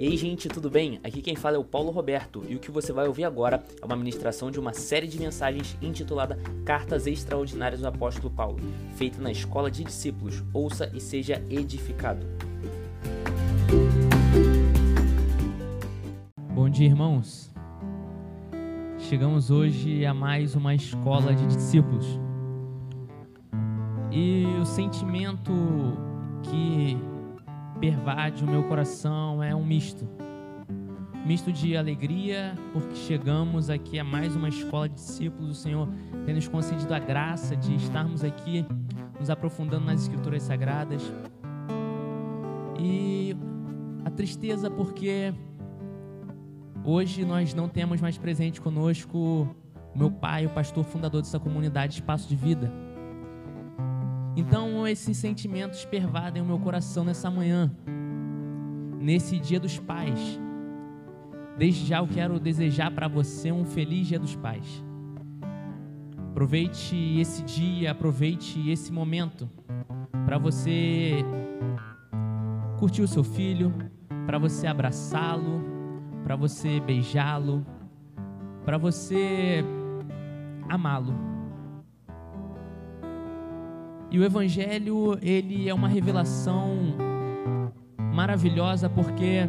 Ei gente, tudo bem? Aqui quem fala é o Paulo Roberto e o que você vai ouvir agora é uma ministração de uma série de mensagens intitulada Cartas Extraordinárias do Apóstolo Paulo, feita na Escola de Discípulos. Ouça e seja edificado. Bom dia, irmãos. Chegamos hoje a mais uma Escola de Discípulos. E o sentimento que pervade o meu coração é um misto de alegria, porque chegamos aqui a mais uma escola de discípulos. O Senhor tem nos concedido a graça de estarmos aqui nos aprofundando nas Escrituras Sagradas, e a tristeza porque hoje nós não temos mais presente conosco o meu pai, o pastor fundador dessa comunidade Espaço de Vida. Então esses sentimentos pervadem o meu coração nessa manhã, nesse Dia dos Pais. Desde já eu quero desejar para você um feliz Dia dos Pais. Aproveite esse dia, aproveite esse momento para você curtir o seu filho, para você abraçá-lo, para você beijá-lo, para você amá-lo. E o Evangelho, ele é uma revelação maravilhosa, porque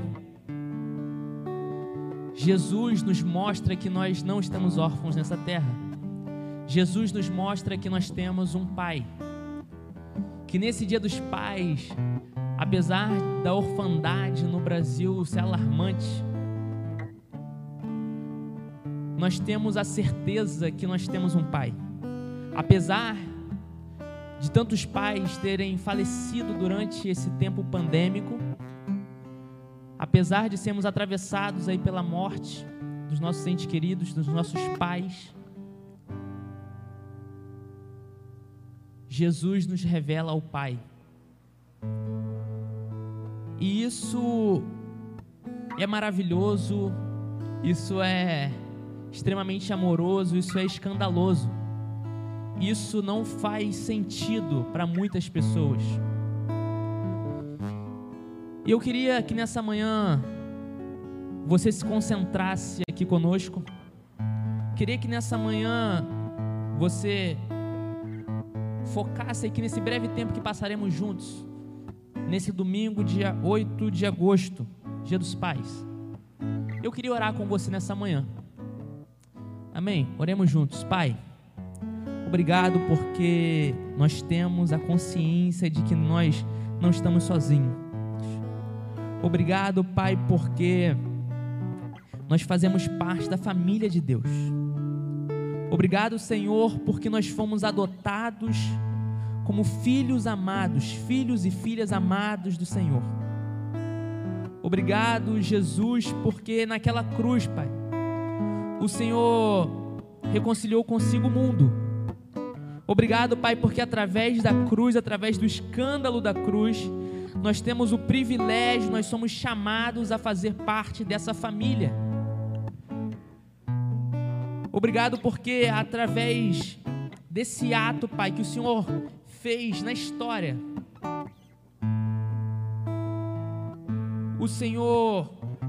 Jesus nos mostra que nós não estamos órfãos nessa terra. Jesus nos mostra que nós temos um Pai, que nesse Dia dos Pais, apesar da orfandade no Brasil ser alarmante, nós temos a certeza que nós temos um Pai. Apesar de tantos pais terem falecido durante esse tempo pandêmico, apesar de sermos atravessados aí pela morte dos nossos entes queridos, dos nossos pais, Jesus nos revela ao Pai. E isso é maravilhoso, isso é extremamente amoroso, isso é escandaloso. Isso não faz sentido para muitas pessoas. E eu queria que nessa manhã você se concentrasse aqui conosco. Queria que nessa manhã você focasse aqui nesse breve tempo que passaremos juntos, nesse domingo, dia 8 de agosto, Dia dos Pais. Eu queria orar com você nessa manhã. Amém? Oremos juntos. Pai, obrigado porque nós temos a consciência de que nós não estamos sozinhos. Obrigado, Pai, porque nós fazemos parte da família de Deus. Obrigado, Senhor, porque nós fomos adotados como filhos amados, filhos e filhas amados do Senhor. Obrigado, Jesus, porque naquela cruz, Pai, o Senhor reconciliou consigo o mundo. Obrigado, Pai, porque através da cruz, através do escândalo da cruz, nós temos o privilégio, nós somos chamados a fazer parte dessa família. Obrigado porque através desse ato, Pai, que o Senhor fez na história, o Senhor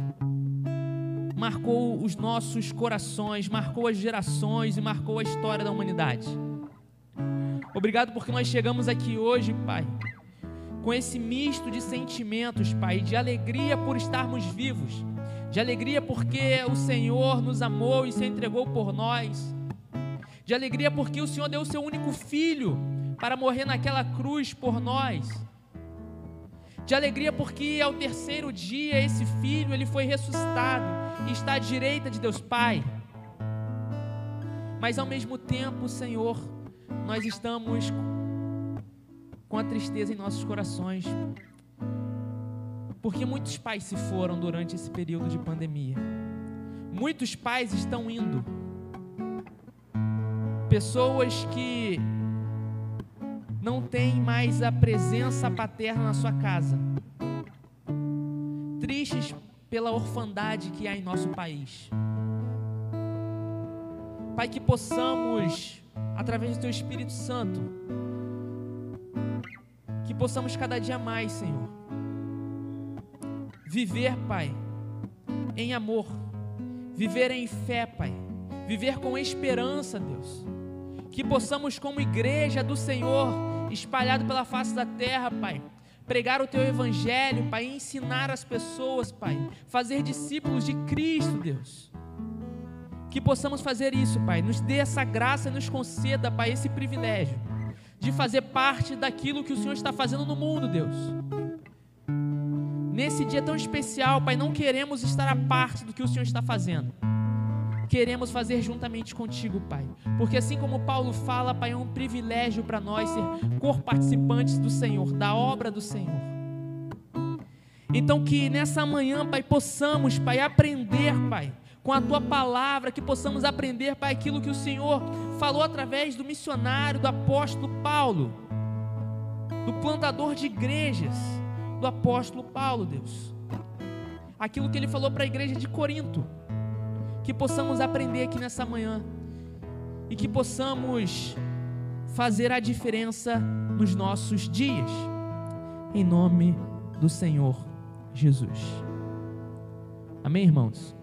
marcou os nossos corações, marcou as gerações e marcou a história da humanidade. Obrigado porque nós chegamos aqui hoje, Pai, com esse misto de sentimentos, Pai, de alegria por estarmos vivos, de alegria porque o Senhor nos amou e se entregou por nós, de alegria porque o Senhor deu o seu único filho para morrer naquela cruz por nós, de alegria porque ao terceiro dia esse filho ele foi ressuscitado e está à direita de Deus Pai. Mas ao mesmo tempo, Senhor, nós estamos com a tristeza em nossos corações, porque muitos pais se foram durante esse período de pandemia. Muitos pais estão indo. Pessoas que não têm mais a presença paterna na sua casa. Tristes pela orfandade que há em nosso país. Pai, que possamos, através do Teu Espírito Santo, que possamos cada dia mais, Senhor, viver, Pai, em amor, viver em fé, Pai, viver com esperança, Deus. Que possamos, como igreja do Senhor, espalhado pela face da terra, Pai, pregar o Teu Evangelho, Pai, ensinar as pessoas, Pai, fazer discípulos de Cristo, Deus. Que possamos fazer isso, Pai, nos dê essa graça e nos conceda, Pai, esse privilégio de fazer parte daquilo que o Senhor está fazendo no mundo, Deus. Nesse dia tão especial, Pai, não queremos estar à parte do que o Senhor está fazendo. Queremos fazer juntamente contigo, Pai, porque assim como Paulo fala, Pai, é um privilégio para nós ser co-participantes do Senhor, da obra do Senhor. Então que nessa manhã, Pai, possamos, Pai, aprender, Pai, com a Tua palavra, que possamos aprender, Pai, aquilo que o Senhor falou através do missionário, do apóstolo Paulo, do plantador de igrejas, do apóstolo Paulo, Deus. Aquilo que ele falou para a igreja de Corinto. Que possamos aprender aqui nessa manhã e que possamos fazer a diferença nos nossos dias, em nome do Senhor Jesus. Amém, irmãos?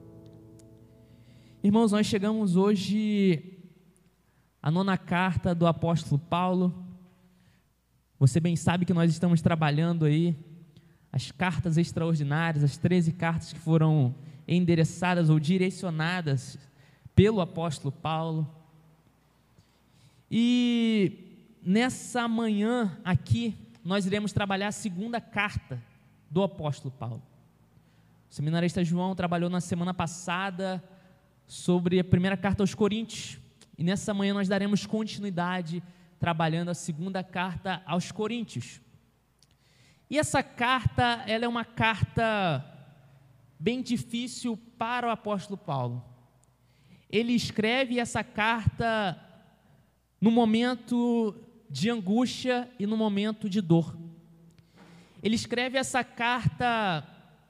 Irmãos, nós chegamos hoje à 9ª carta do apóstolo Paulo. Você bem sabe que nós estamos trabalhando aí as cartas extraordinárias, as 13 cartas que foram endereçadas ou direcionadas pelo apóstolo Paulo. E nessa manhã aqui, nós iremos trabalhar a 2ª carta do apóstolo Paulo. O seminarista João trabalhou na semana passada sobre a 1ª carta aos Coríntios, e nessa manhã nós daremos continuidade trabalhando a 2ª carta aos Coríntios. E essa carta, ela é uma carta bem difícil para o apóstolo Paulo. Ele escreve essa carta no momento de angústia e no momento de dor. Ele escreve essa carta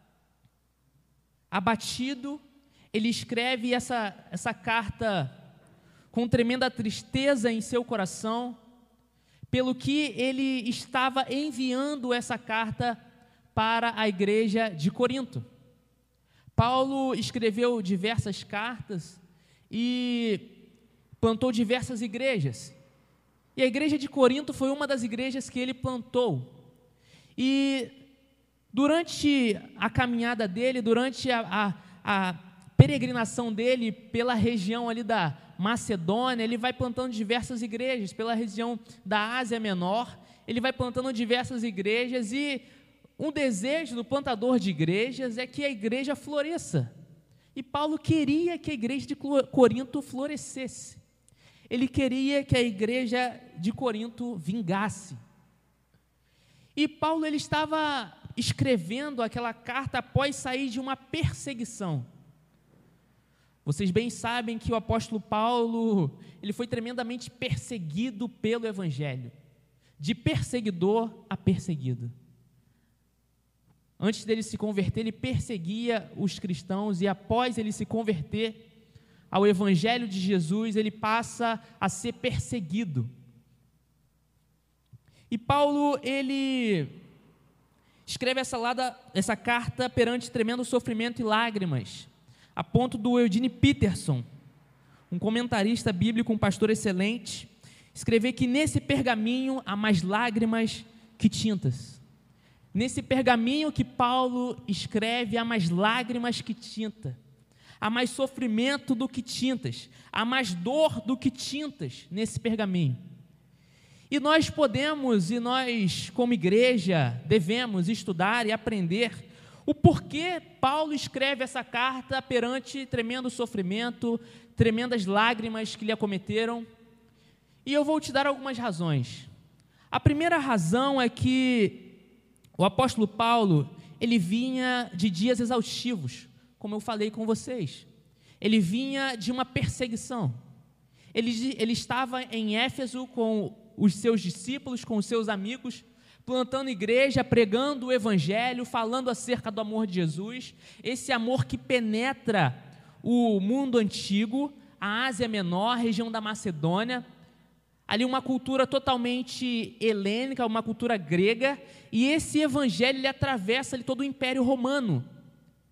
abatido, ele escreve essa carta com tremenda tristeza em seu coração, pelo que ele estava enviando essa carta para a igreja de Corinto. Paulo escreveu diversas cartas e plantou diversas igrejas. E a igreja de Corinto foi uma das igrejas que ele plantou. E durante a caminhada dele, durante a peregrinação dele pela região ali da Macedônia, ele vai plantando diversas igrejas. Pela região da Ásia Menor, ele vai plantando diversas igrejas, e um desejo do plantador de igrejas é que a igreja floresça. E Paulo queria que a igreja de Corinto florescesse. Ele queria que a igreja de Corinto vingasse. E Paulo, ele estava escrevendo aquela carta após sair de uma perseguição. Vocês bem sabem que o apóstolo Paulo, ele foi tremendamente perseguido pelo evangelho, de perseguidor a perseguido. Antes dele se converter, ele perseguia os cristãos, e após ele se converter ao evangelho de Jesus, ele passa a ser perseguido. E Paulo, ele escreve essa carta perante tremendo sofrimento e lágrimas, a ponto do Eugene Peterson, um comentarista bíblico, um pastor excelente, escrever que nesse pergaminho há mais lágrimas que tintas. Nesse pergaminho que Paulo escreve, há mais lágrimas que tinta, há mais sofrimento do que tintas, há mais dor do que tintas nesse pergaminho. E nós podemos, e nós como igreja, devemos estudar e aprender o porquê Paulo escreve essa carta perante tremendo sofrimento, tremendas lágrimas que lhe acometeram. E eu vou te dar algumas razões. A primeira razão é que o apóstolo Paulo, ele vinha de dias exaustivos, como eu falei com vocês. Ele vinha de uma perseguição. Ele estava em Éfeso com os seus discípulos, com os seus amigos, plantando igreja, pregando o evangelho, falando acerca do amor de Jesus, esse amor que penetra o mundo antigo, a Ásia Menor, a região da Macedônia, ali uma cultura totalmente helênica, uma cultura grega, e esse evangelho ele atravessa ali todo o Império Romano,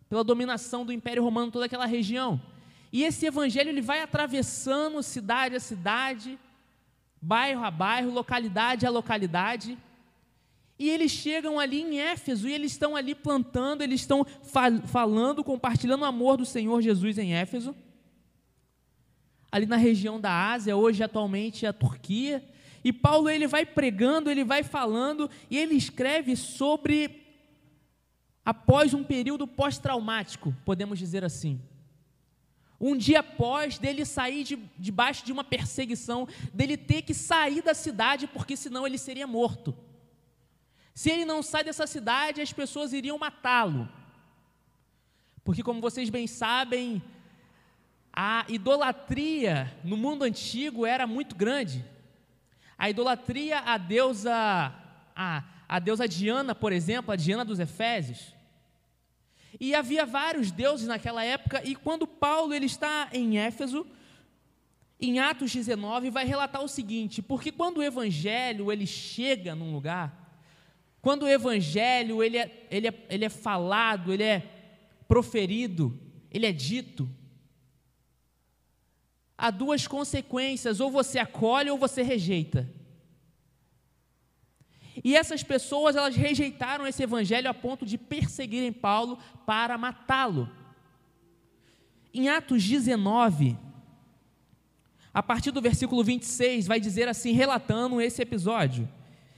pela dominação do Império Romano, toda aquela região. E esse evangelho ele vai atravessando cidade a cidade, bairro a bairro, localidade a localidade, e eles chegam ali em Éfeso, e eles estão ali plantando, eles estão falando, compartilhando o amor do Senhor Jesus em Éfeso, ali na região da Ásia, hoje atualmente a Turquia, e Paulo ele vai pregando, ele vai falando, e ele escreve sobre, após um período pós-traumático, podemos dizer assim, um dia após dele sair debaixo de uma perseguição, dele ter que sair da cidade, porque senão ele seria morto. Se ele não sai dessa cidade, as pessoas iriam matá-lo. Porque, como vocês bem sabem, a idolatria no mundo antigo era muito grande. A idolatria à deusa Diana, por exemplo, a Diana dos Efésios. E havia vários deuses naquela época, e quando Paulo ele está em Éfeso, em Atos 19, vai relatar o seguinte, porque quando o evangelho ele chega num lugar, quando o evangelho ele é falado, ele é proferido, ele é dito, há duas consequências, ou você acolhe ou você rejeita. E essas pessoas, elas rejeitaram esse evangelho a ponto de perseguirem Paulo para matá-lo. Em Atos 19, a partir do versículo 26, vai dizer assim, relatando esse episódio.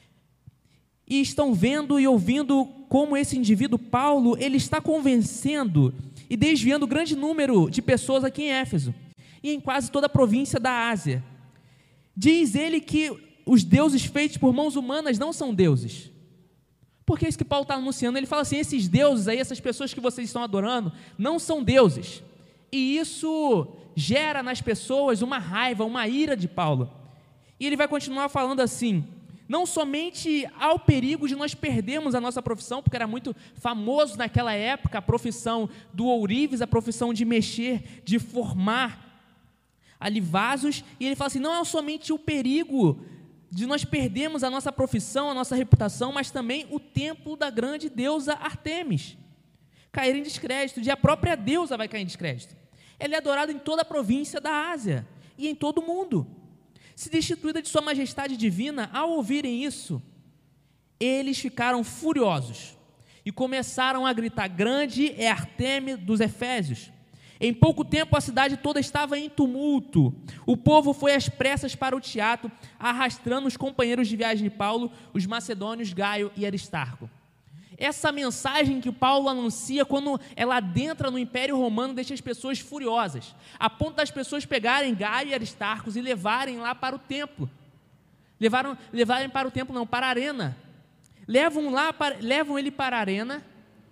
E estão vendo e ouvindo como esse indivíduo, Paulo, ele está convencendo e desviando grande número de pessoas aqui em Éfeso e em quase toda a província da Ásia. Diz ele que os deuses feitos por mãos humanas não são deuses. Porque é isso que Paulo está anunciando. Ele fala assim, esses deuses aí, essas pessoas que vocês estão adorando, não são deuses. E isso gera nas pessoas uma raiva, uma ira de Paulo. E ele vai continuar falando assim, não somente há o perigo de nós perdermos a nossa profissão, porque era muito famoso naquela época a profissão do ourives, a profissão de mexer, de formar ali vasos, e ele fala assim, não é somente o perigo de nós perdermos a nossa profissão, a nossa reputação, mas também o templo da grande deusa Artemis cair em descrédito, e a própria deusa vai cair em descrédito. Ela é adorada em toda a província da Ásia e em todo o mundo. Se destituída de sua majestade divina, ao ouvirem isso, eles ficaram furiosos e começaram a gritar, grande é Artemis dos Efésios. Em pouco tempo a cidade toda estava em tumulto, o povo foi às pressas para o teatro, arrastando os companheiros de viagem de Paulo, os macedônios Gaio e Aristarco. Essa mensagem que Paulo anuncia, quando ela adentra no Império Romano, deixa as pessoas furiosas, a ponto das pessoas pegarem Gaio e Aristarco e levarem lá para o templo. Levarem para o templo não, para a arena. Levam ele para a arena,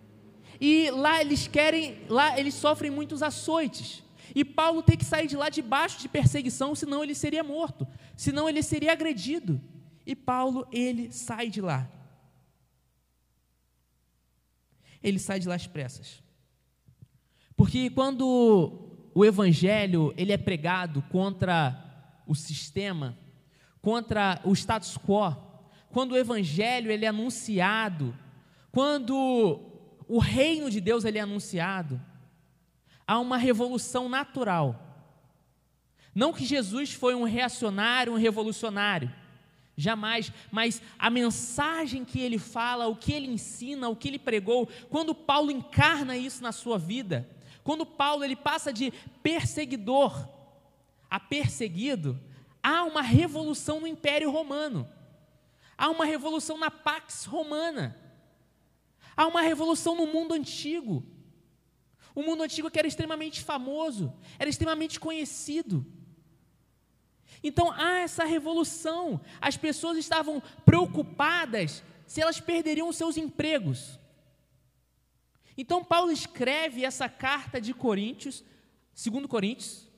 e lá eles sofrem muitos açoites. E Paulo tem que sair de lá debaixo de perseguição, senão ele seria morto, senão ele seria agredido. E Paulo, ele sai de lá. Ele sai de lá às pressas. Porque quando o evangelho ele é pregado contra o sistema, contra o status quo, quando o evangelho ele é anunciado, quando o reino de Deus ele é anunciado, há uma revolução natural. Não que Jesus foi um reacionário, um revolucionário, jamais, mas a mensagem que ele fala, o que ele ensina, o que ele pregou, quando Paulo encarna isso na sua vida, quando Paulo ele passa de perseguidor a perseguido, há uma revolução no Império Romano, há uma revolução na Pax Romana, há uma revolução no mundo antigo, o mundo antigo que era extremamente famoso, era extremamente conhecido. Então há essa revolução, as pessoas estavam preocupadas se elas perderiam os seus empregos. Então Paulo escreve essa carta de Coríntios, 2 Coríntios,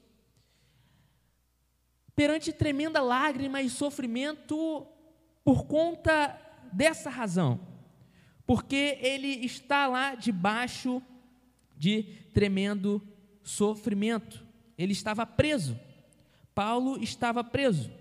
perante tremenda lágrima e sofrimento por conta dessa razão, porque ele está lá debaixo de tremendo sofrimento, ele estava preso. Paulo estava preso.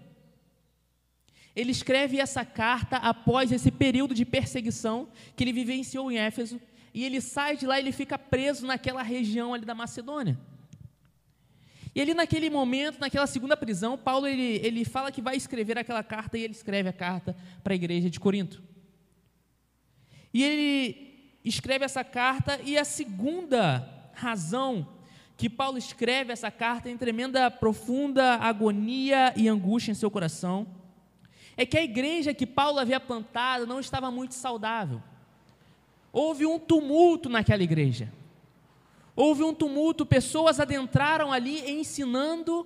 Ele escreve essa carta após esse período de perseguição que ele vivenciou em Éfeso. e ele sai de lá e ele fica preso naquela região ali da Macedônia. E ali naquele momento, naquela segunda prisão, Paulo ele fala que vai escrever aquela carta, e ele escreve a carta para a igreja de Corinto. E ele escreve essa carta, e a segunda razão que Paulo escreve essa carta em tremenda, profunda agonia e angústia em seu coração, é que a igreja que Paulo havia plantado não estava muito saudável. Houve um tumulto naquela igreja. Houve um tumulto, pessoas adentraram ali ensinando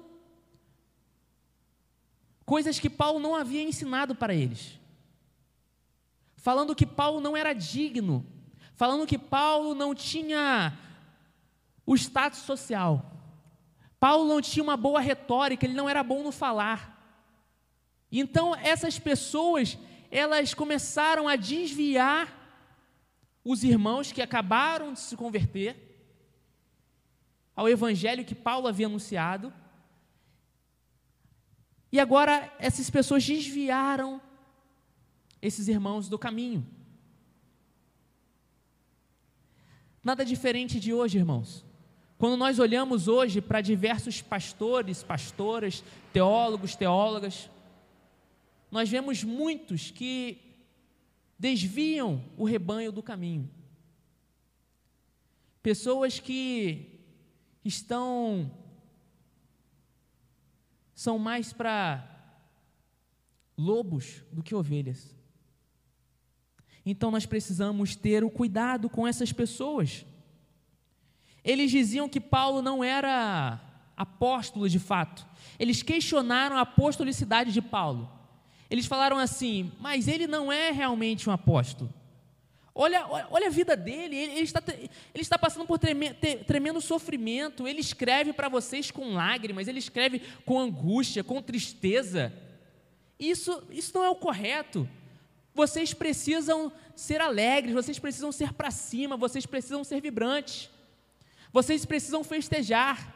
coisas que Paulo não havia ensinado para eles. Falando que Paulo não era digno, falando que Paulo não tinha o status social. Paulo não tinha uma boa retórica, ele não era bom no falar. Então essas pessoas, elas começaram a desviar os irmãos que acabaram de se converter ao evangelho que Paulo havia anunciado. E agora essas pessoas desviaram esses irmãos do caminho. Nada diferente de hoje, irmãos. Quando nós olhamos hoje para diversos pastores, pastoras, teólogos, teólogas, nós vemos muitos que desviam o rebanho do caminho. Pessoas que são mais para lobos do que ovelhas. Então nós precisamos ter o cuidado com essas pessoas. Eles diziam que Paulo não era apóstolo de fato. Eles questionaram a apostolicidade de Paulo. Eles falaram assim, mas ele não é realmente um apóstolo. Olha a vida dele, ele está passando por tremendo sofrimento. Ele escreve para vocês com lágrimas, ele escreve com angústia, com tristeza. Isso não é o correto. Vocês precisam ser alegres, vocês precisam ser para cima, vocês precisam ser vibrantes, vocês precisam festejar.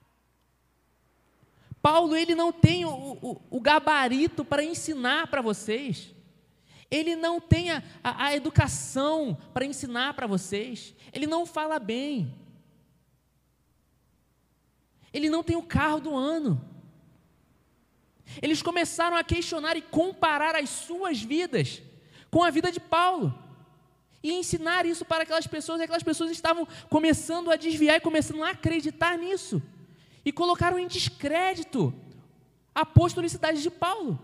Paulo, ele não tem o gabarito para ensinar para vocês. Ele não tem a educação para ensinar para vocês. Ele não fala bem. Ele não tem o carro do ano. Eles começaram a questionar e comparar as suas vidas com a vida de Paulo. E ensinar isso para aquelas pessoas, e aquelas pessoas estavam começando a desviar e começando a acreditar nisso. E colocaram em descrédito a apostolicidade de Paulo.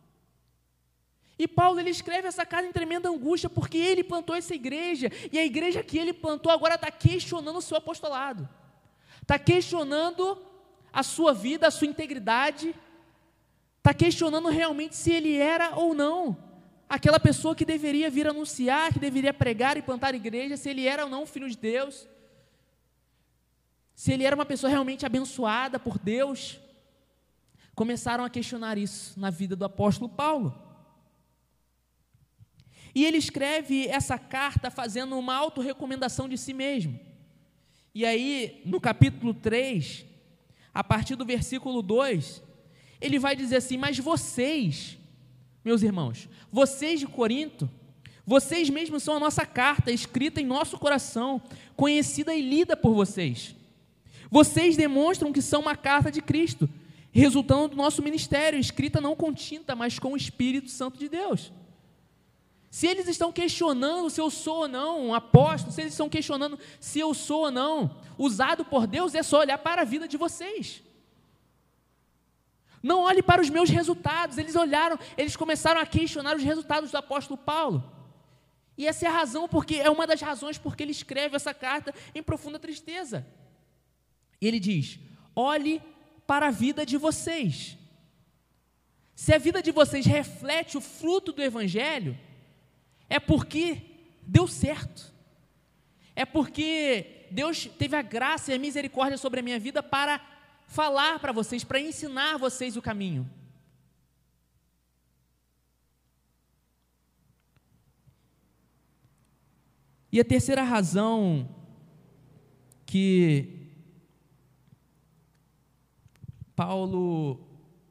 E Paulo, ele escreve essa carta em tremenda angústia, porque ele plantou essa igreja, e a igreja que ele plantou agora está questionando o seu apostolado, está questionando a sua vida, a sua integridade, está questionando realmente se ele era ou não aquela pessoa que deveria vir anunciar, que deveria pregar e plantar igreja, se ele era ou não filho de Deus, se ele era uma pessoa realmente abençoada por Deus. Começaram a questionar isso na vida do apóstolo Paulo. E ele escreve essa carta fazendo uma autorrecomendação de si mesmo. E aí, no capítulo 3, a partir do versículo 2, ele vai dizer assim, mas vocês, meus irmãos, vocês de Corinto, vocês mesmos são a nossa carta, escrita em nosso coração, conhecida e lida por vocês. Vocês demonstram que são uma carta de Cristo, resultando do nosso ministério, escrita não com tinta, mas com o Espírito Santo de Deus. Se eles estão questionando se eu sou ou não um apóstolo, se eles estão questionando se eu sou ou não usado por Deus, é só olhar para a vida de vocês. Não olhe para os meus resultados. Eles começaram a questionar os resultados do apóstolo Paulo. E essa é a razão, porque é uma das razões porque ele escreve essa carta em profunda tristeza. E ele diz, olhe para a vida de vocês. Se a vida de vocês reflete o fruto do Evangelho, é porque deu certo. É porque Deus teve a graça e a misericórdia sobre a minha vida para falar para vocês, para ensinar vocês o caminho. E a terceira razão que Paulo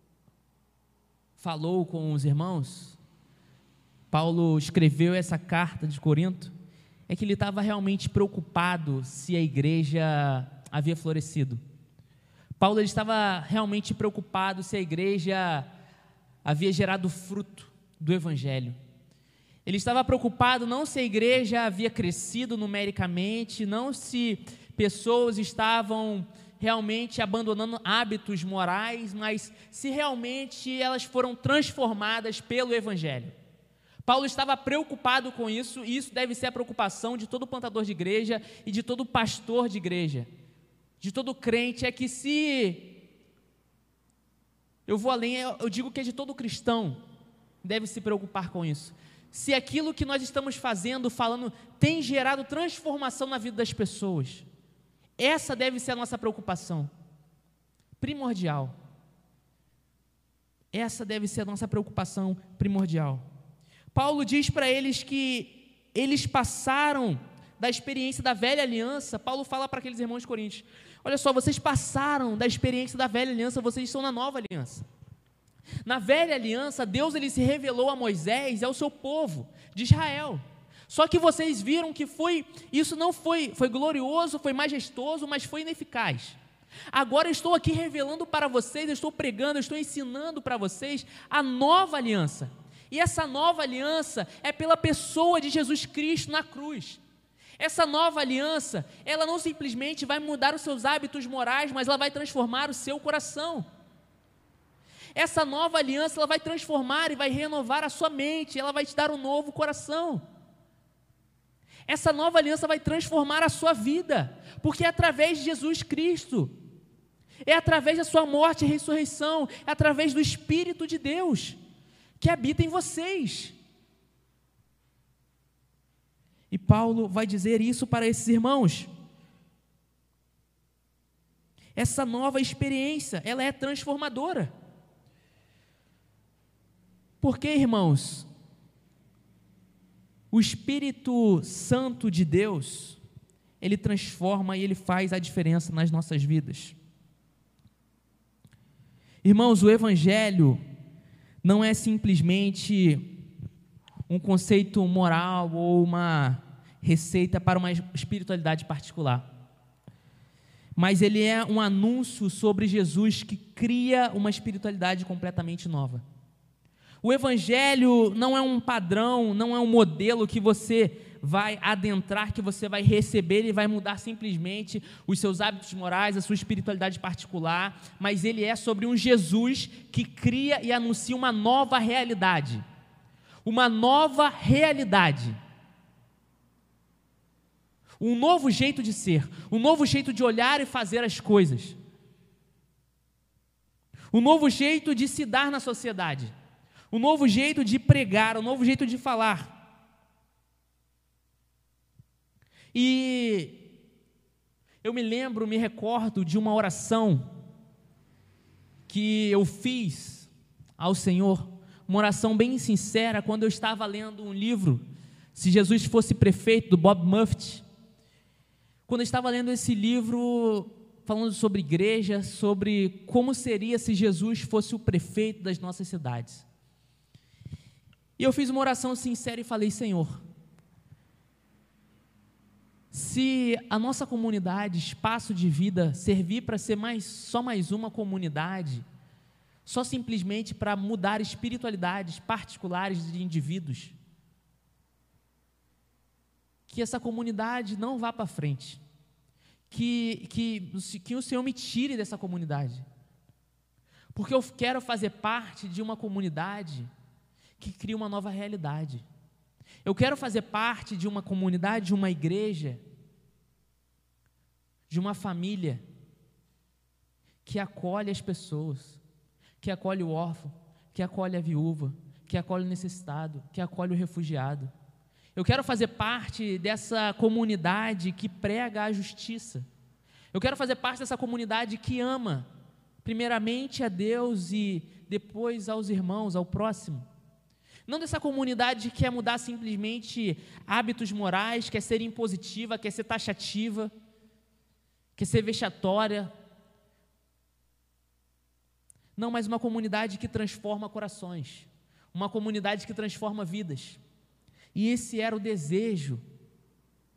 falou com os irmãos, Paulo escreveu essa carta de Corinto, é que ele estava realmente preocupado se a igreja havia florescido. Paulo ele estava realmente preocupado se a igreja havia gerado fruto do Evangelho. Ele estava preocupado não se a igreja havia crescido numericamente, não se pessoas estavam realmente abandonando hábitos morais, mas se realmente elas foram transformadas pelo Evangelho. Paulo estava preocupado com isso, e isso deve ser a preocupação de todo plantador de igreja e de todo pastor de igreja, de todo crente, é que se eu vou além, eu digo que é de todo cristão, deve se preocupar com isso. Se aquilo que nós estamos fazendo, falando, tem gerado transformação na vida das pessoas, essa deve ser a nossa preocupação primordial. Essa deve ser a nossa preocupação primordial. Paulo diz para eles que eles passaram da experiência da velha aliança. Paulo fala para aqueles irmãos de Coríntios: olha só, vocês passaram da experiência da velha aliança, vocês estão na nova aliança. Na velha aliança, Deus ele se revelou a Moisés e ao seu povo de Israel. Só que vocês viram que isso não foi glorioso, foi majestoso, mas foi ineficaz. Agora eu estou aqui revelando para vocês, eu estou pregando, eu estou ensinando para vocês a nova aliança. E essa nova aliança é pela pessoa de Jesus Cristo na cruz. Essa nova aliança, ela não simplesmente vai mudar os seus hábitos morais, mas ela vai transformar o seu coração. Essa nova aliança, ela vai transformar e vai renovar a sua mente, ela vai te dar um novo coração. Essa nova aliança vai transformar a sua vida, porque é através de Jesus Cristo, é através da sua morte e ressurreição, é através do Espírito de Deus que habita em vocês. E Paulo vai dizer isso para esses irmãos. Essa nova experiência, ela é transformadora. Porque, irmãos, o Espírito Santo de Deus, ele transforma e ele faz a diferença nas nossas vidas. Irmãos, o Evangelho não é simplesmente um conceito moral ou uma receita para uma espiritualidade particular, mas ele é um anúncio sobre Jesus que cria uma espiritualidade completamente nova. O Evangelho não é um padrão, não é um modelo que você vai adentrar, que você vai receber e vai mudar simplesmente os seus hábitos morais, a sua espiritualidade particular, mas ele é sobre um Jesus que cria e anuncia uma nova realidade. Uma nova realidade. Um novo jeito de ser, um novo jeito de olhar e fazer as coisas. Um novo jeito de se dar na sociedade. Um novo jeito de pregar, um novo jeito de falar. E eu me recordo de uma oração que eu fiz ao Senhor, uma oração bem sincera, quando eu estava lendo um livro, Se Jesus Fosse Prefeito, do Bob Moffitt. Quando eu estava lendo esse livro, falando sobre igreja, sobre como seria se Jesus fosse o prefeito das nossas cidades. E eu fiz uma oração sincera e falei: Senhor, se a nossa comunidade, espaço de vida, servir para ser só mais uma comunidade, só simplesmente para mudar espiritualidades particulares de indivíduos, que essa comunidade não vá para frente, que o Senhor me tire dessa comunidade, porque eu quero fazer parte de uma comunidade que cria uma nova realidade. Eu quero fazer parte de uma comunidade, de uma igreja, de uma família que acolhe as pessoas, que acolhe o órfão, que acolhe a viúva, que acolhe o necessitado, que acolhe o refugiado. Eu quero fazer parte dessa comunidade que prega a justiça. Eu quero fazer parte dessa comunidade que ama, primeiramente a Deus e depois aos irmãos, ao próximo. Não dessa comunidade que quer mudar simplesmente hábitos morais, quer ser impositiva, quer ser taxativa, quer ser vexatória. Não, mas uma comunidade que transforma corações, uma comunidade que transforma vidas. E esse era o desejo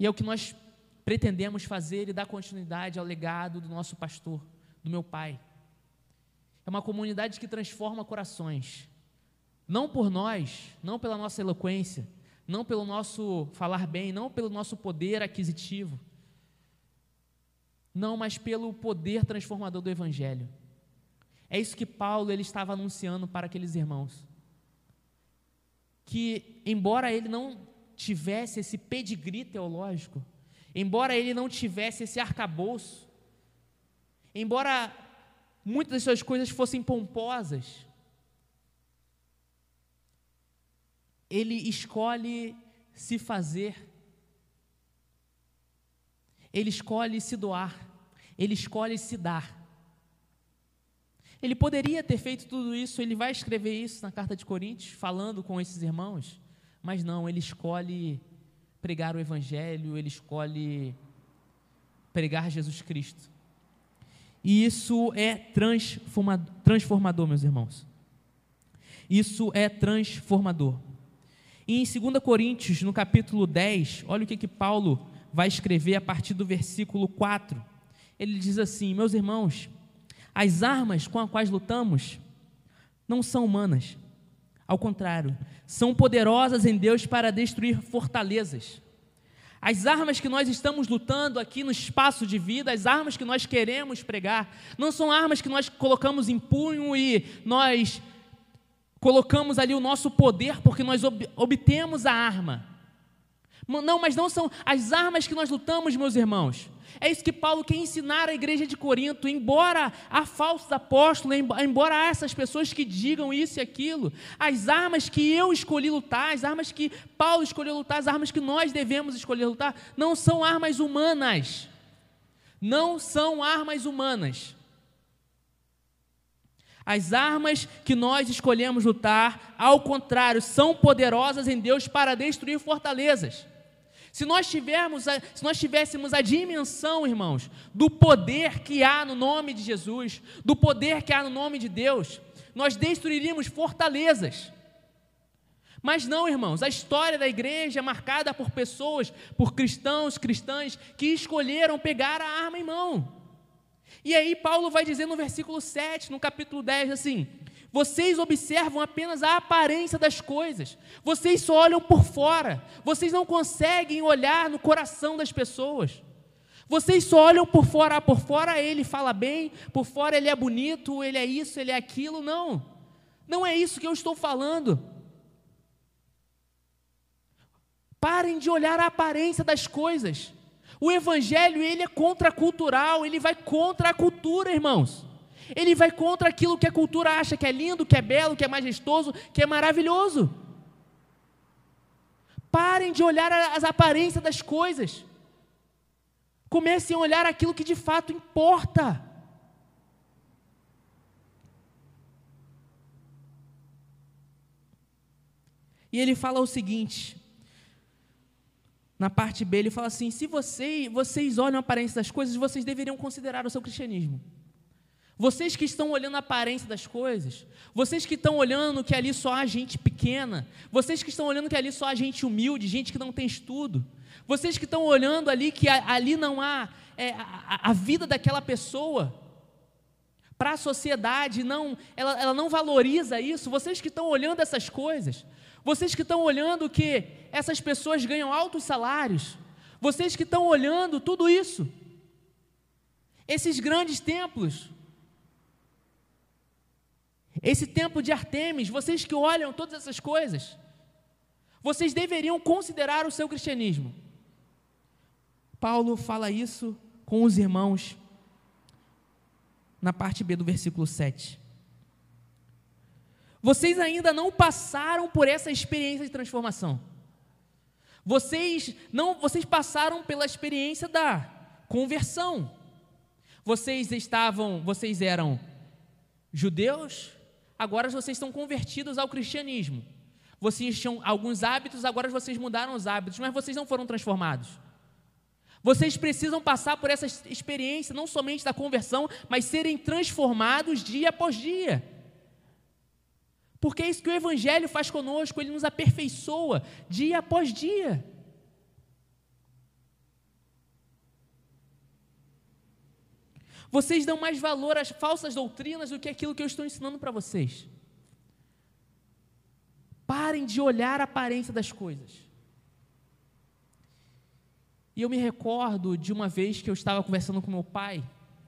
E é o que nós pretendemos fazer e dar continuidade ao legado do nosso pastor, do meu pai. É uma comunidade que transforma corações. Não por nós, não pela nossa eloquência, não pelo nosso falar bem, não pelo nosso poder aquisitivo. Não, mas pelo poder transformador do Evangelho. É isso que Paulo ele estava anunciando para aqueles irmãos. Que, embora ele não tivesse esse pedigree teológico, embora ele não tivesse esse arcabouço, embora muitas das suas coisas fossem pomposas, ele escolhe se fazer, ele escolhe se doar, ele escolhe se dar. Ele poderia ter feito tudo isso, ele vai escrever isso na carta de Coríntios, falando com esses irmãos, mas não, ele escolhe pregar o Evangelho, ele escolhe pregar Jesus Cristo. E isso é transformador, meus irmãos. Isso é transformador. E em 2 Coríntios, no capítulo 10, olha o que Paulo vai escrever a partir do versículo 4. Ele diz assim: meus irmãos, as armas com as quais lutamos não são humanas. Ao contrário, são poderosas em Deus para destruir fortalezas. As armas que nós estamos lutando aqui no espaço de vida, as armas que nós queremos pregar, não são armas que nós colocamos em punho e nós colocamos ali o nosso poder porque nós obtemos a arma. Não, mas não são as armas que nós lutamos, meus irmãos. É isso que Paulo quer ensinar à igreja de Corinto. Embora há falsos apóstolos, embora há essas pessoas que digam isso e aquilo, as armas que eu escolhi lutar, as armas que Paulo escolheu lutar, as armas que nós devemos escolher lutar, não são armas humanas. Não são armas humanas. As armas que nós escolhemos lutar, ao contrário, são poderosas em Deus para destruir fortalezas. Se nós tivéssemos a dimensão, irmãos, do poder que há no nome de Jesus, do poder que há no nome de Deus, nós destruiríamos fortalezas. Mas não, irmãos, a história da igreja é marcada por pessoas, por cristãos, cristãs, que escolheram pegar a arma em mão. E aí Paulo vai dizer no versículo 7, no capítulo 10, assim: vocês observam apenas a aparência das coisas, vocês só olham por fora, vocês não conseguem olhar no coração das pessoas, vocês só olham por fora ele fala bem, por fora ele é bonito, ele é isso, ele é aquilo. Não é isso que eu estou falando. Parem de olhar a aparência das coisas. O Evangelho, ele é contracultural, ele vai contra a cultura, irmãos. Ele vai contra aquilo que a cultura acha que é lindo, que é belo, que é majestoso, que é maravilhoso. Parem de olhar as aparências das coisas. Comecem a olhar aquilo que de fato importa. E ele fala o seguinte, na parte B, ele fala assim: se vocês olham a aparência das coisas, vocês deveriam considerar o seu cristianismo. Vocês que estão olhando a aparência das coisas, vocês que estão olhando que ali só há gente pequena, vocês que estão olhando que ali só há gente humilde, gente que não tem estudo, vocês que estão olhando ali que ali não há a vida daquela pessoa, para a sociedade, ela não valoriza isso, vocês que estão olhando essas coisas, vocês que estão olhando que essas pessoas ganham altos salários, vocês que estão olhando tudo isso, esses grandes templos, esse templo de Artemis, vocês que olham todas essas coisas, vocês deveriam considerar o seu cristianismo. Paulo fala isso com os irmãos na parte B do versículo 7. Vocês ainda não passaram por essa experiência de transformação. Vocês passaram pela experiência da conversão. Vocês eram judeus, agora vocês estão convertidos ao cristianismo. Vocês tinham alguns hábitos, agora vocês mudaram os hábitos, mas vocês não foram transformados. Vocês precisam passar por essa experiência, não somente da conversão, mas serem transformados dia após dia. Porque é isso que o Evangelho faz conosco, ele nos aperfeiçoa dia após dia. Vocês dão mais valor às falsas doutrinas do que aquilo que eu estou ensinando para vocês. Parem de olhar a aparência das coisas. E eu me recordo de uma vez que eu estava conversando com meu pai,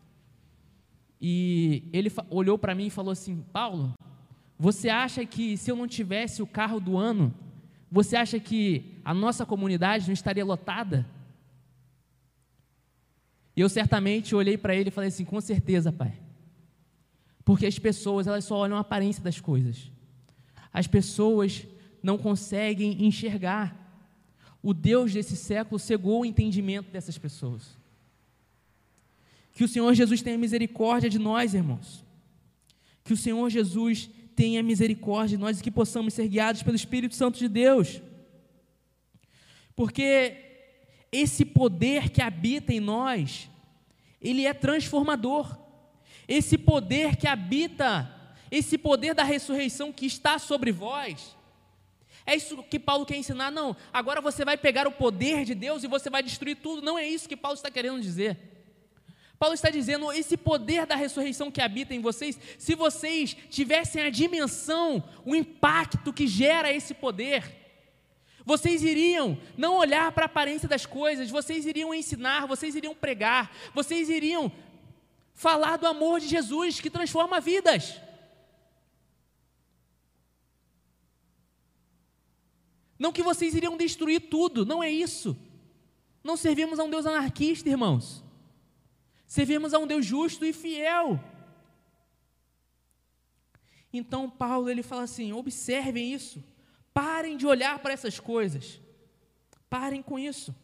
e ele olhou para mim e falou assim: Paulo, você acha que se eu não tivesse o carro do ano, você acha que a nossa comunidade não estaria lotada? E eu certamente olhei para ele e falei assim: com certeza, pai. Porque as pessoas, elas só olham a aparência das coisas. As pessoas não conseguem enxergar. O Deus desse século cegou o entendimento dessas pessoas. Que o Senhor Jesus tenha misericórdia de nós, irmãos. Que o Senhor Jesus tenha misericórdia de nós e que possamos ser guiados pelo Espírito Santo de Deus. Porque esse poder que habita em nós, ele é transformador. Esse poder que habita, esse poder da ressurreição que está sobre vós, é isso que Paulo quer ensinar. Não, agora você vai pegar o poder de Deus e você vai destruir tudo. Não é isso que Paulo está querendo dizer. Paulo está dizendo, esse poder da ressurreição que habita em vocês, se vocês tivessem a dimensão, o impacto que gera esse poder, vocês iriam não olhar para a aparência das coisas, vocês iriam ensinar, vocês iriam pregar, vocês iriam falar do amor de Jesus que transforma vidas. Não que vocês iriam destruir tudo, não é isso. Não servimos a um Deus anarquista, irmãos. Servimos a um Deus justo e fiel. Então Paulo, ele fala assim, observem isso. Parem de olhar para essas coisas. Parem com isso.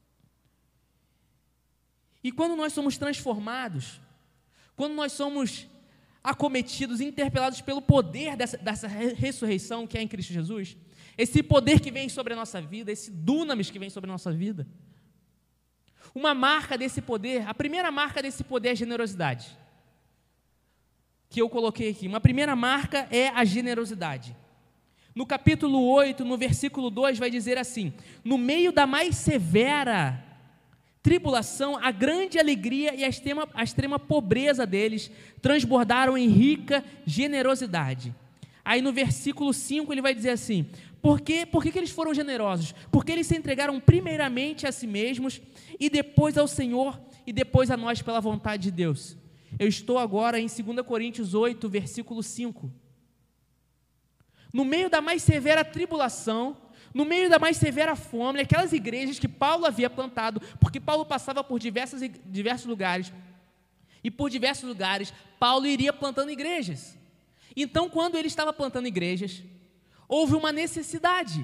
E quando nós somos transformados, quando nós somos acometidos, interpelados pelo poder dessa ressurreição que é em Cristo Jesus, esse poder que vem sobre a nossa vida, esse dunamis que vem sobre a nossa vida, uma marca desse poder, a primeira marca desse poder é a generosidade, que eu coloquei aqui. Uma primeira marca é a generosidade. No capítulo 8, no versículo 2, vai dizer assim: no meio da mais severa tribulação, a grande alegria e a extrema pobreza deles transbordaram em rica generosidade. Aí no versículo 5 ele vai dizer assim: Por que eles foram generosos? Porque eles se entregaram primeiramente a si mesmos, e depois ao Senhor, e depois a nós pela vontade de Deus. Eu estou agora em 2 Coríntios 8, versículo 5. No meio da mais severa tribulação, no meio da mais severa fome, aquelas igrejas que Paulo havia plantado, porque Paulo passava por diversos lugares, e por diversos lugares Paulo iria plantando igrejas. Então, quando ele estava plantando igrejas, houve uma necessidade.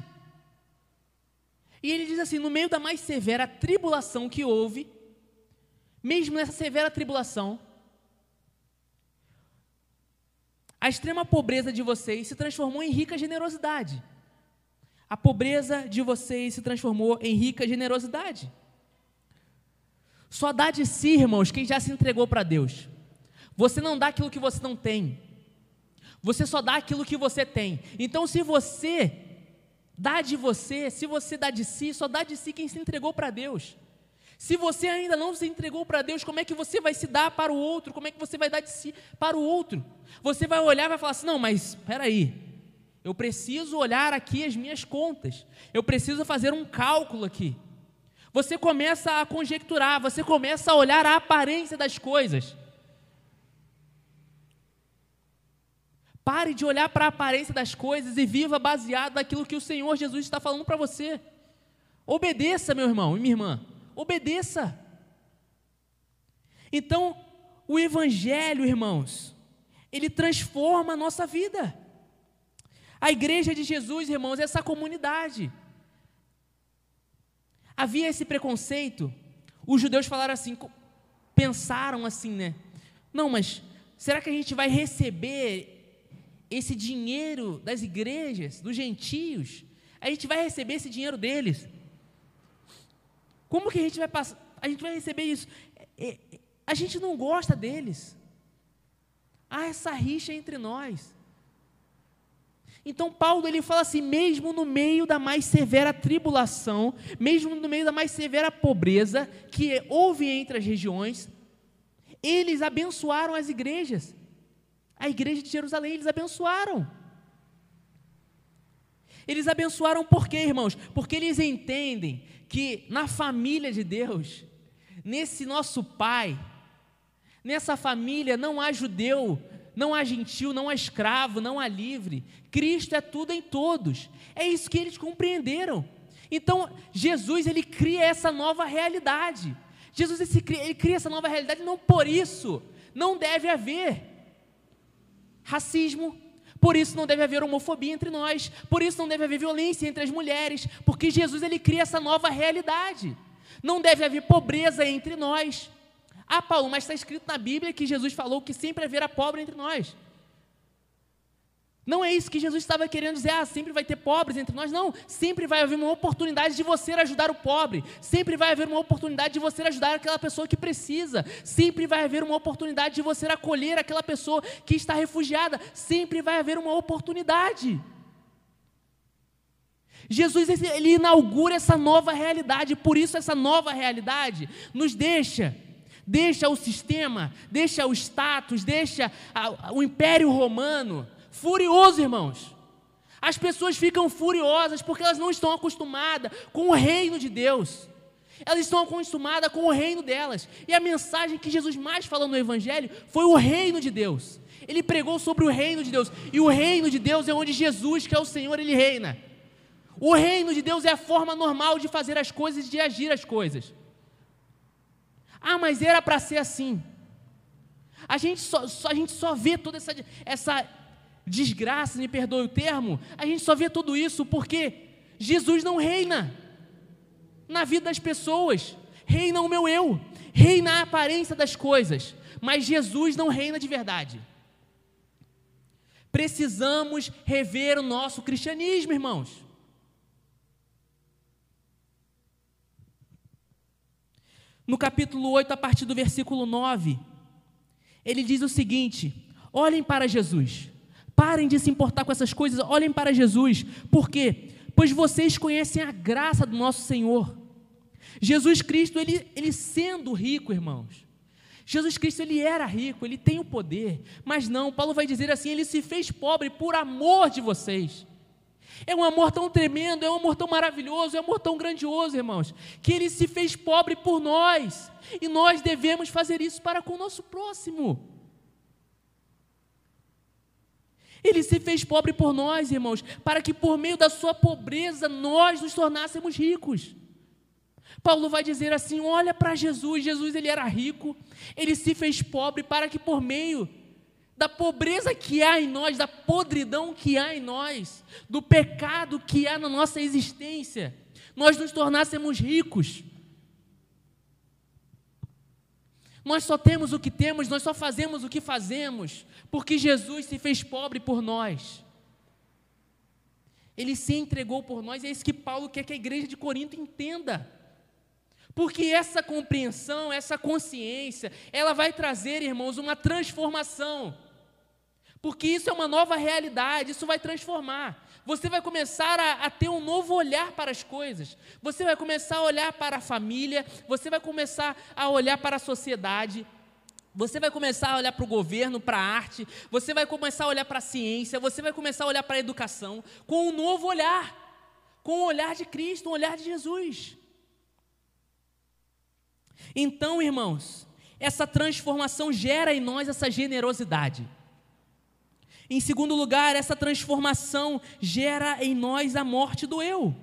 E ele diz assim, no meio da mais severa tribulação que houve, mesmo nessa severa tribulação, a extrema pobreza de vocês se transformou em rica generosidade. A pobreza de vocês se transformou em rica generosidade. Só dá de si, irmãos, quem já se entregou para Deus. Você não dá aquilo que você não tem. Você só dá aquilo que você tem. Então, se você dá de você, se você dá de si, só dá de si quem se entregou para Deus. Se você ainda não se entregou para Deus, como é que você vai se dar para o outro? Como é que você vai dar de si para o outro? Você vai olhar e vai falar assim, não, mas espera aí, eu preciso olhar aqui as minhas contas, eu preciso fazer um cálculo aqui. Você começa a conjecturar, você começa a olhar a aparência das coisas. Pare de olhar para a aparência das coisas e viva baseado naquilo que o Senhor Jesus está falando para você. Obedeça, meu irmão e minha irmã, obedeça. Então, o Evangelho, irmãos, ele transforma a nossa vida. A igreja de Jesus, irmãos, é essa comunidade. Havia esse preconceito, os judeus falaram assim, pensaram assim, né? Não, mas será que a gente vai receber esse dinheiro das igrejas, dos gentios? A gente vai receber esse dinheiro deles? Como que a gente vai passar? A gente vai receber isso? A gente não gosta deles. Há essa rixa entre nós. Então Paulo, ele fala assim, mesmo no meio da mais severa tribulação, mesmo no meio da mais severa pobreza que houve entre as regiões, eles abençoaram as igrejas. A igreja de Jerusalém, eles abençoaram. Eles abençoaram por quê, irmãos? Porque eles entendem que na família de Deus, nesse nosso Pai, nessa família não há judeu, não há gentil, não há escravo, não há livre. Cristo é tudo em todos. É isso que eles compreenderam. Então, Jesus, ele cria essa nova realidade. Jesus, ele cria essa nova realidade, não por isso não deve haver racismo, por isso não deve haver homofobia entre nós, por isso não deve haver violência entre as mulheres, porque Jesus, ele cria essa nova realidade. Não deve haver pobreza entre nós. Ah, Paulo, mas está escrito na Bíblia que Jesus falou que sempre haverá pobre entre nós. Não é isso que Jesus estava querendo dizer, sempre vai ter pobres entre nós. Não, sempre vai haver uma oportunidade de você ajudar o pobre. Sempre vai haver uma oportunidade de você ajudar aquela pessoa que precisa. Sempre vai haver uma oportunidade de você acolher aquela pessoa que está refugiada. Sempre vai haver uma oportunidade. Jesus, ele inaugura essa nova realidade. Por isso essa nova realidade nos deixa o sistema, deixa o status, deixa o Império Romano furioso, irmãos. As pessoas ficam furiosas porque elas não estão acostumadas com o reino de Deus. Elas estão acostumadas com o reino delas. E a mensagem que Jesus mais falou no Evangelho foi o reino de Deus. Ele pregou sobre o reino de Deus. E o reino de Deus é onde Jesus, que é o Senhor, ele reina. O reino de Deus é a forma normal de fazer as coisas e de agir as coisas. Mas era para ser assim. A gente só vê toda essa desgraça, me perdoe o termo, a gente só vê tudo isso porque Jesus não reina na vida das pessoas, reina o meu eu, reina a aparência das coisas, mas Jesus não reina de verdade. Precisamos rever o nosso cristianismo, irmãos. No capítulo 8, a partir do versículo 9, ele diz o seguinte: olhem para Jesus. Parem de se importar com essas coisas, olhem para Jesus. Por quê? Pois vocês conhecem a graça do nosso Senhor. Jesus Cristo, ele sendo rico, irmãos. Jesus Cristo, ele era rico, ele tem o poder. Mas não, Paulo vai dizer assim, ele se fez pobre por amor de vocês. É um amor tão tremendo, é um amor tão maravilhoso, é um amor tão grandioso, irmãos, que ele se fez pobre por nós. E nós devemos fazer isso para com o nosso próximo. Ele se fez pobre por nós, irmãos, para que por meio da sua pobreza nós nos tornássemos ricos. Paulo vai dizer assim, olha para Jesus, Jesus ele era rico, ele se fez pobre para que por meio da pobreza que há em nós, da podridão que há em nós, do pecado que há na nossa existência, nós nos tornássemos ricos. Nós só temos o que temos, nós só fazemos o que fazemos, porque Jesus se fez pobre por nós. Ele se entregou por nós, e é isso que Paulo quer que a igreja de Corinto entenda. Porque essa compreensão, essa consciência, ela vai trazer, irmãos, uma transformação. Porque isso é uma nova realidade, isso vai transformar. Você vai começar a ter um novo olhar para as coisas. Você vai começar a olhar para a família, você vai começar a olhar para a sociedade, você vai começar a olhar para o governo, para a arte, você vai começar a olhar para a ciência, você vai começar a olhar para a educação com um novo olhar, com o olhar de Cristo, um olhar de Jesus. Então, irmãos, essa transformação gera em nós essa generosidade. Em segundo lugar, essa transformação gera em nós a morte do eu.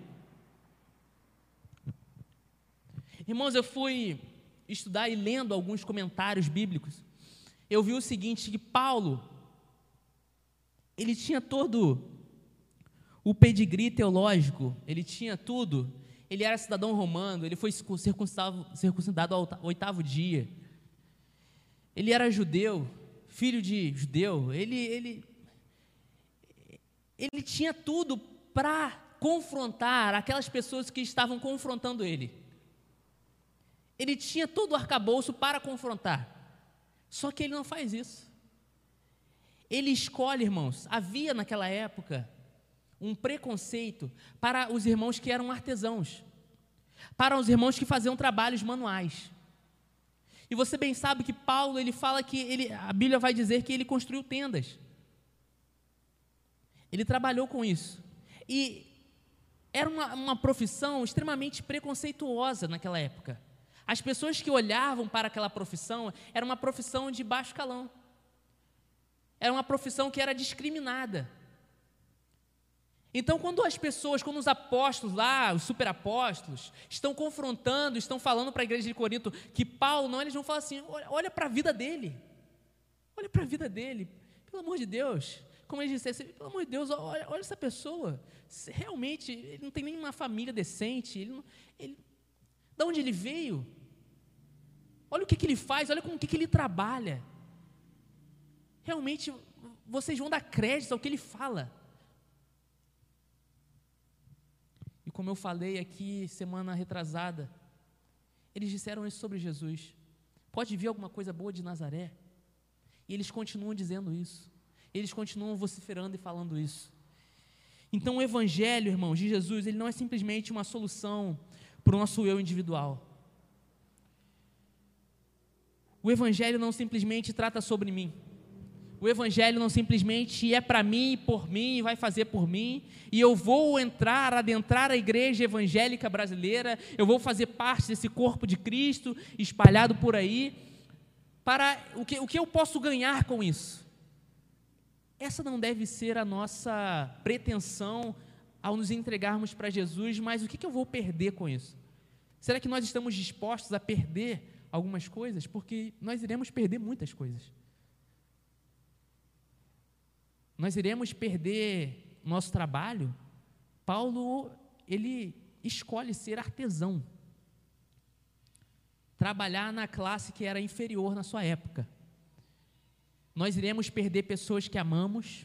Irmãos, eu fui estudar e lendo alguns comentários bíblicos, eu vi o seguinte, que Paulo, ele tinha todo o pedigree teológico, ele tinha tudo, ele era cidadão romano, ele foi circuncidado ao 8º dia, ele era judeu, filho de judeu, ele tinha tudo para confrontar aquelas pessoas que estavam confrontando ele. Ele tinha todo o arcabouço para confrontar. Só que ele não faz isso. Ele escolhe, irmãos, havia naquela época um preconceito para os irmãos que eram artesãos, para os irmãos que faziam trabalhos manuais. E você bem sabe que Paulo, ele fala que a Bíblia vai dizer que ele construiu tendas. Ele trabalhou com isso. E era uma profissão extremamente preconceituosa naquela época. As pessoas que olhavam para aquela profissão, era uma profissão de baixo calão. Era uma profissão que era discriminada. Então, quando os apóstolos lá, os superapóstolos, estão confrontando, estão falando para a igreja de Corinto que Paulo, não, eles vão falar assim, olha para a vida dele. Olha para a vida dele. Pelo amor de Deus. Como eles disseram, pelo amor de Deus, olha essa pessoa. Realmente, ele não tem nenhuma família decente. De onde ele veio? Olha o que ele faz, olha com o que ele trabalha. Realmente, vocês vão dar crédito ao que ele fala. E como eu falei aqui semana retrasada, eles disseram isso sobre Jesus. Pode vir alguma coisa boa de Nazaré? E eles continuam dizendo isso. Eles continuam vociferando e falando isso. Então o Evangelho, irmãos, de Jesus, ele não é simplesmente uma solução para o nosso eu individual. O Evangelho não simplesmente trata sobre mim. O Evangelho não simplesmente é para mim, por mim, e vai fazer por mim, e eu vou adentrar a igreja evangélica brasileira, eu vou fazer parte desse corpo de Cristo, espalhado por aí, para o que eu posso ganhar com isso? Essa não deve ser a nossa pretensão ao nos entregarmos para Jesus, mas o que eu vou perder com isso? Será que nós estamos dispostos a perder algumas coisas? Porque nós iremos perder muitas coisas. Nós iremos perder nosso trabalho. Paulo, ele escolhe ser artesão. Trabalhar na classe que era inferior na sua época. Nós iremos perder pessoas que amamos.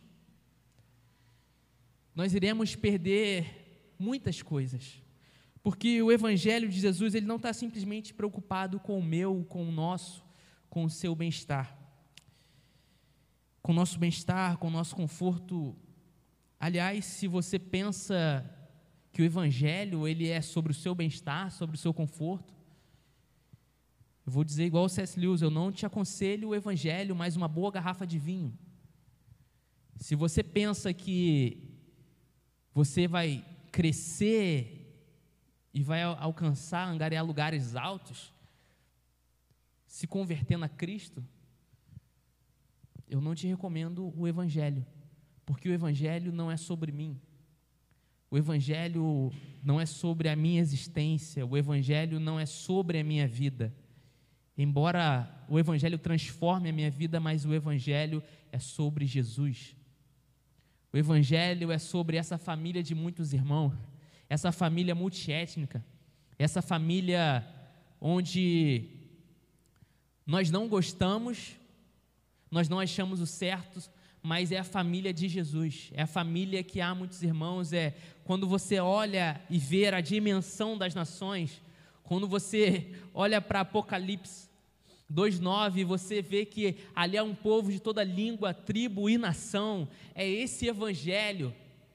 Nós iremos perder muitas coisas. Porque o Evangelho de Jesus, ele não está simplesmente preocupado com o meu, com o nosso, com o seu bem-estar. Com o nosso bem-estar, com o nosso conforto. Aliás, se você pensa que o Evangelho ele é sobre o seu bem-estar, sobre o seu conforto, eu vou dizer igual o C.S. Lewis, eu não te aconselho o Evangelho, mas uma boa garrafa de vinho. Se você pensa que você vai crescer e vai alcançar, angariar lugares altos, se convertendo a Cristo, eu não te recomendo o Evangelho, porque o Evangelho não é sobre mim, o Evangelho não é sobre a minha existência, o Evangelho não é sobre a minha vida, embora o Evangelho transforme a minha vida, mas o Evangelho é sobre Jesus, o Evangelho é sobre essa família de muitos irmãos, essa família multiétnica, essa família onde nós não gostamos, nós não achamos o certo, mas é a família de Jesus, é a família que há muitos irmãos, quando você olha e vê a dimensão das nações, quando você olha para Apocalipse 2:9, você vê que ali há um povo de toda língua, tribo e nação, é esse evangelho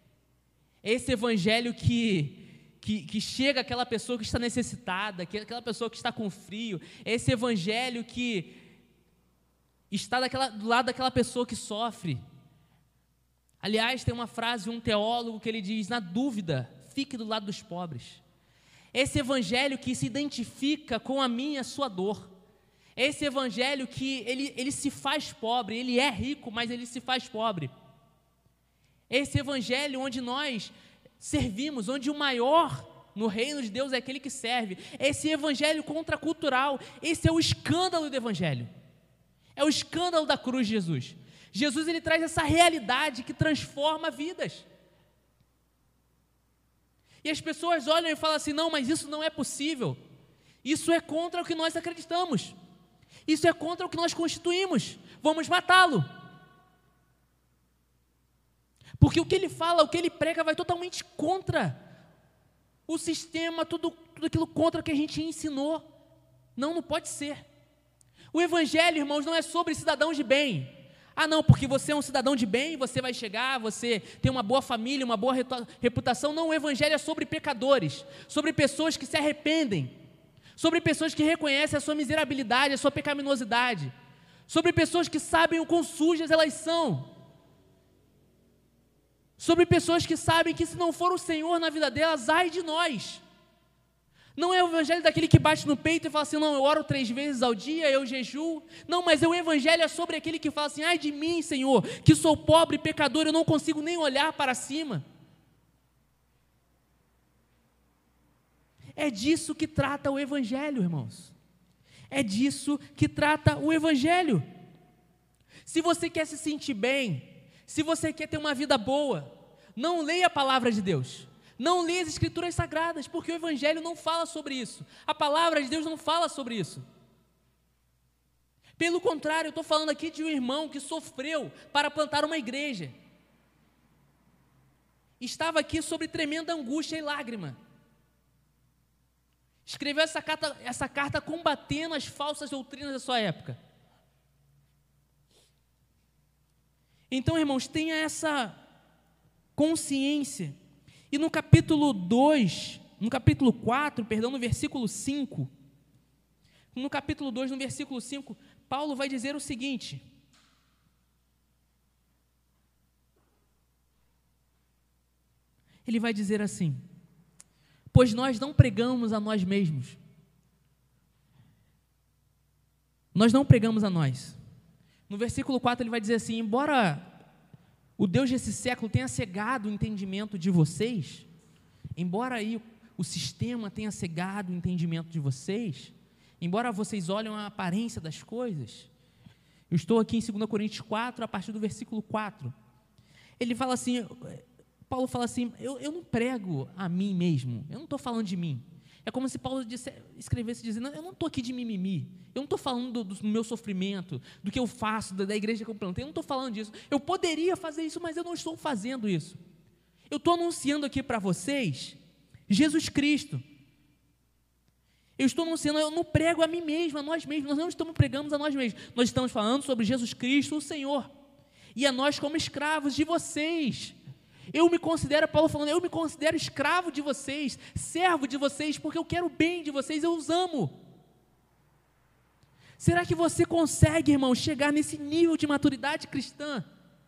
que chega àquela pessoa que está necessitada, aquela pessoa que está com frio, é esse evangelho que está do lado daquela pessoa que sofre. Aliás, tem uma frase de um teólogo que ele diz, na dúvida, fique do lado dos pobres. Esse evangelho que se identifica com a minha e a sua dor. Esse evangelho que ele se faz pobre, ele é rico, mas ele se faz pobre. Esse evangelho onde nós servimos, onde o maior no reino de Deus é aquele que serve. Esse evangelho contracultural, esse é o escândalo do evangelho. É o escândalo da cruz de Jesus. Jesus, ele traz essa realidade que transforma vidas. E as pessoas olham e falam assim, não, mas isso não é possível. Isso é contra o que nós acreditamos. Isso é contra o que nós constituímos. Vamos matá-lo. Porque o que ele fala, o que ele prega vai totalmente contra o sistema, tudo aquilo contra que a gente ensinou. Não pode ser. O evangelho, irmãos, não é sobre cidadãos de bem. Ah, não, porque você é um cidadão de bem, você vai chegar, você tem uma boa família, uma boa reputação. Não, o evangelho é sobre pecadores, sobre pessoas que se arrependem, sobre pessoas que reconhecem a sua miserabilidade, a sua pecaminosidade, sobre pessoas que sabem o quão sujas elas são, sobre pessoas que sabem que se não for o Senhor na vida delas, ai de nós. Não é o evangelho daquele que bate no peito e fala assim, não, eu oro 3 vezes ao dia, eu jejuo. Não, mas o evangelho é sobre aquele que fala assim, ai de mim, Senhor, que sou pobre e pecador, eu não consigo nem olhar para cima. É disso que trata o evangelho, irmãos. É disso que trata o evangelho. Se você quer se sentir bem, se você quer ter uma vida boa, não leia a palavra de Deus. Não leia as escrituras sagradas, porque o evangelho não fala sobre isso. A palavra de Deus não fala sobre isso. Pelo contrário, eu estou falando aqui de um irmão que sofreu para plantar uma igreja. Estava aqui sob tremenda angústia e lágrima. Escreveu essa carta combatendo as falsas doutrinas da sua época. Então, irmãos, tenha essa consciência. E no capítulo 4, no versículo 5, no capítulo 2, no versículo 5, Paulo vai dizer o seguinte: ele vai dizer assim, pois nós não pregamos a nós mesmos, nós não pregamos a nós. No versículo 4 ele vai dizer assim, embora o Deus desse século tenha cegado o entendimento de vocês, embora aí o sistema tenha cegado o entendimento de vocês, embora vocês olhem a aparência das coisas, eu estou aqui em 2 Coríntios 4, a partir do versículo 4, ele fala assim, Paulo fala assim, eu não prego a mim mesmo, eu não estou falando de mim. É como se Paulo escrevesse dizendo, eu não estou aqui de mimimi, eu não estou falando do meu sofrimento, do que eu faço, da igreja que eu plantei, eu não estou falando disso. Eu poderia fazer isso, mas eu não estou fazendo isso. Eu estou anunciando aqui para vocês Jesus Cristo. Eu estou anunciando, eu não prego a mim mesmo, a nós mesmos, nós não estamos pregando a nós mesmos, nós estamos falando sobre Jesus Cristo, o Senhor, e a nós como escravos de vocês. Eu me considero, Paulo falando, eu me considero escravo de vocês, servo de vocês, porque eu quero o bem de vocês, eu os amo. Será que você consegue, irmão, chegar nesse nível de maturidade cristã?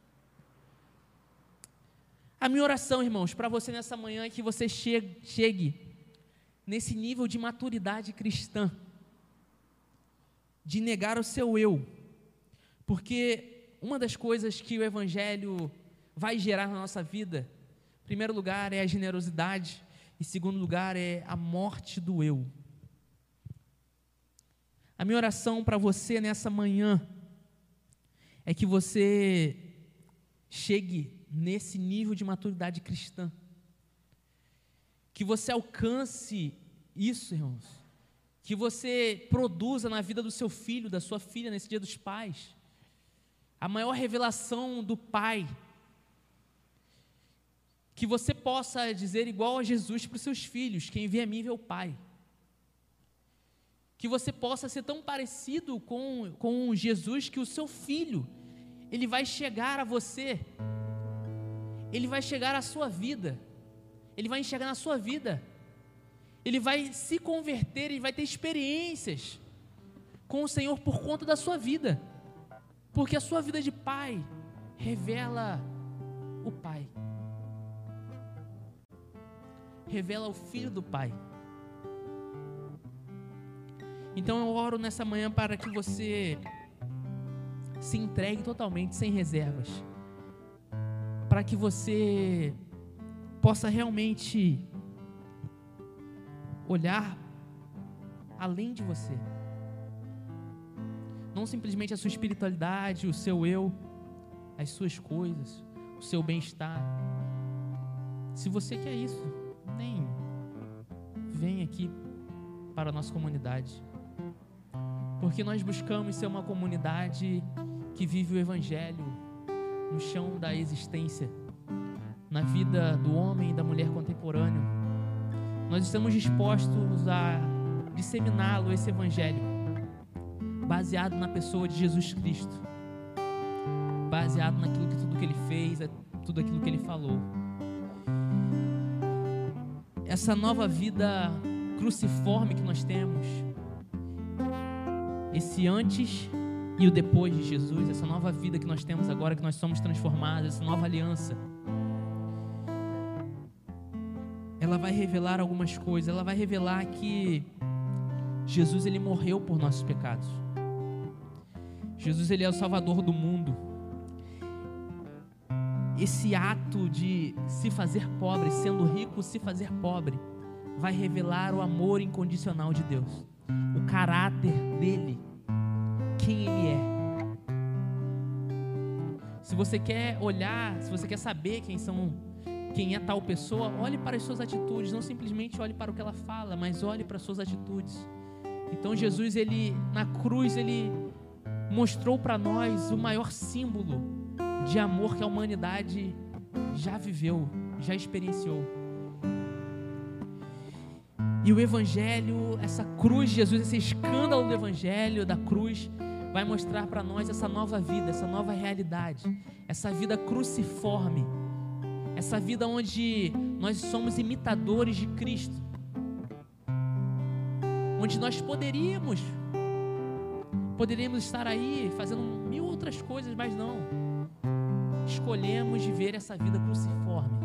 A minha oração, irmãos, para você nessa manhã é que você chegue nesse nível de maturidade cristã, de negar o seu eu, porque uma das coisas que o evangelho vai gerar na nossa vida, em primeiro lugar é a generosidade, em segundo lugar é a morte do eu. A minha oração para você nessa manhã é que você chegue nesse nível de maturidade cristã, que você alcance isso, irmãos, que você produza na vida do seu filho, da sua filha, nesse dia dos pais, a maior revelação do Pai, que você possa dizer igual a Jesus para os seus filhos, quem vê a mim vê o Pai, que você possa ser tão parecido com Jesus, que o seu filho, ele vai chegar a você, ele vai chegar à sua vida, ele vai enxergar na sua vida, ele vai se converter, ele vai ter experiências com o Senhor por conta da sua vida, porque a sua vida de pai revela o Pai, revela o Filho do Pai. Então eu oro nessa manhã para que você se entregue totalmente, sem reservas, para que você possa realmente olhar além de você, não simplesmente a sua espiritualidade, o seu eu, as suas coisas, o seu bem-estar. Se você quer isso, nem vem aqui para a nossa comunidade, porque nós buscamos ser uma comunidade que vive o Evangelho no chão da existência, na vida do homem e da mulher contemporâneo. Nós estamos dispostos a disseminá-lo, esse Evangelho, baseado na pessoa de Jesus Cristo, baseado naquilo que tudo que Ele fez, tudo aquilo que Ele falou. Essa nova vida cruciforme que nós temos, esse antes e o depois de Jesus, essa nova vida que nós temos agora, que nós somos transformados, essa nova aliança, ela vai revelar algumas coisas. Ela vai revelar que Jesus, ele morreu por nossos pecados. Jesus, ele é o Salvador do mundo. Esse ato de se fazer pobre, sendo rico, se fazer pobre, vai revelar o amor incondicional de Deus, o caráter dele, quem ele é. Se você quer olhar, se você quer saber quem é tal pessoa, olhe para as suas atitudes, não simplesmente olhe para o que ela fala, mas olhe para as suas atitudes. Então Jesus, ele na cruz, ele mostrou para nós o maior símbolo de amor que a humanidade já viveu, já experienciou. E o Evangelho, essa cruz de Jesus, esse escândalo do Evangelho, da cruz, vai mostrar para nós essa nova vida, essa nova realidade, essa vida cruciforme, essa vida onde nós somos imitadores de Cristo, onde nós poderíamos estar aí fazendo mil outras coisas, mas não, escolhemos viver essa vida cruciforme.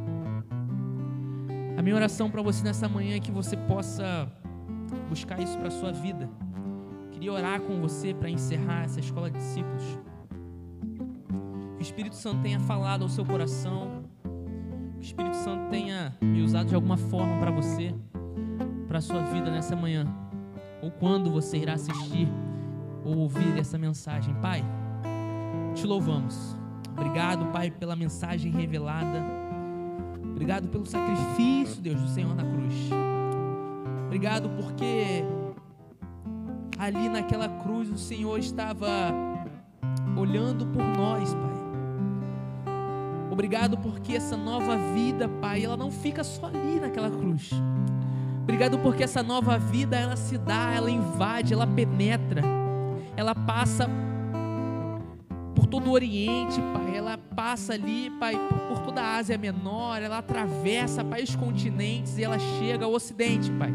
A minha oração para você nessa manhã é que você possa buscar isso para a sua vida. Queria orar com você para encerrar essa escola de discípulos. Que o Espírito Santo tenha falado ao seu coração, que o Espírito Santo tenha me usado de alguma forma para você, para a sua vida nessa manhã, ou quando você irá assistir ou ouvir essa mensagem. Pai, te louvamos. Obrigado, Pai, pela mensagem revelada. Obrigado pelo sacrifício, Deus, do Senhor na cruz. Obrigado porque ali naquela cruz o Senhor estava olhando por nós, Pai. Obrigado porque essa nova vida, Pai, ela não fica só ali naquela cruz. Obrigado porque essa nova vida, ela se dá, ela invade, ela penetra, ela passa por todo o Oriente, Pai, ela passa ali, Pai, por toda a Ásia Menor, ela atravessa, Pai, os continentes e ela chega ao Ocidente, Pai.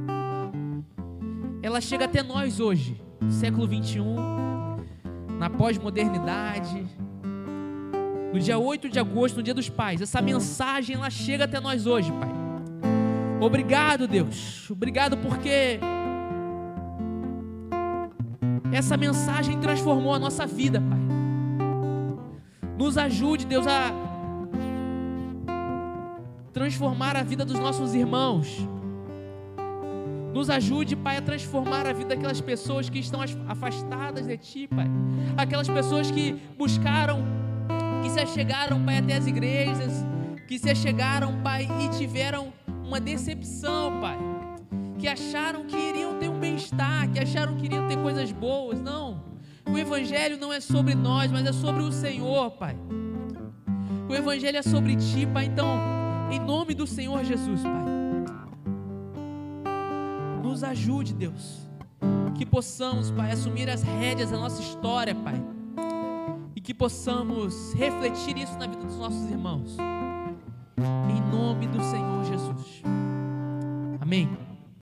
Ela chega até nós hoje, século 21, na pós-modernidade, no dia 8 de agosto, no Dia dos Pais. Essa mensagem, ela chega até nós hoje, Pai. Obrigado, Deus, obrigado porque essa mensagem transformou a nossa vida, Pai. Nos ajude, Deus, a transformar a vida dos nossos irmãos. Nos ajude, Pai, a transformar a vida daquelas pessoas que estão afastadas de Ti, Pai. Aquelas pessoas que buscaram, que se achegaram, Pai, até as igrejas, que se achegaram, Pai, e tiveram uma decepção, Pai. Que acharam que iriam ter um bem-estar, que acharam que iriam ter coisas boas. Não. O Evangelho não é sobre nós, mas é sobre o Senhor, Pai. O Evangelho é sobre Ti, Pai. Então, em nome do Senhor Jesus, Pai, nos ajude, Deus, que possamos, Pai, assumir as rédeas da nossa história, Pai, e que possamos refletir isso na vida dos nossos irmãos, em nome do Senhor Jesus. Amém.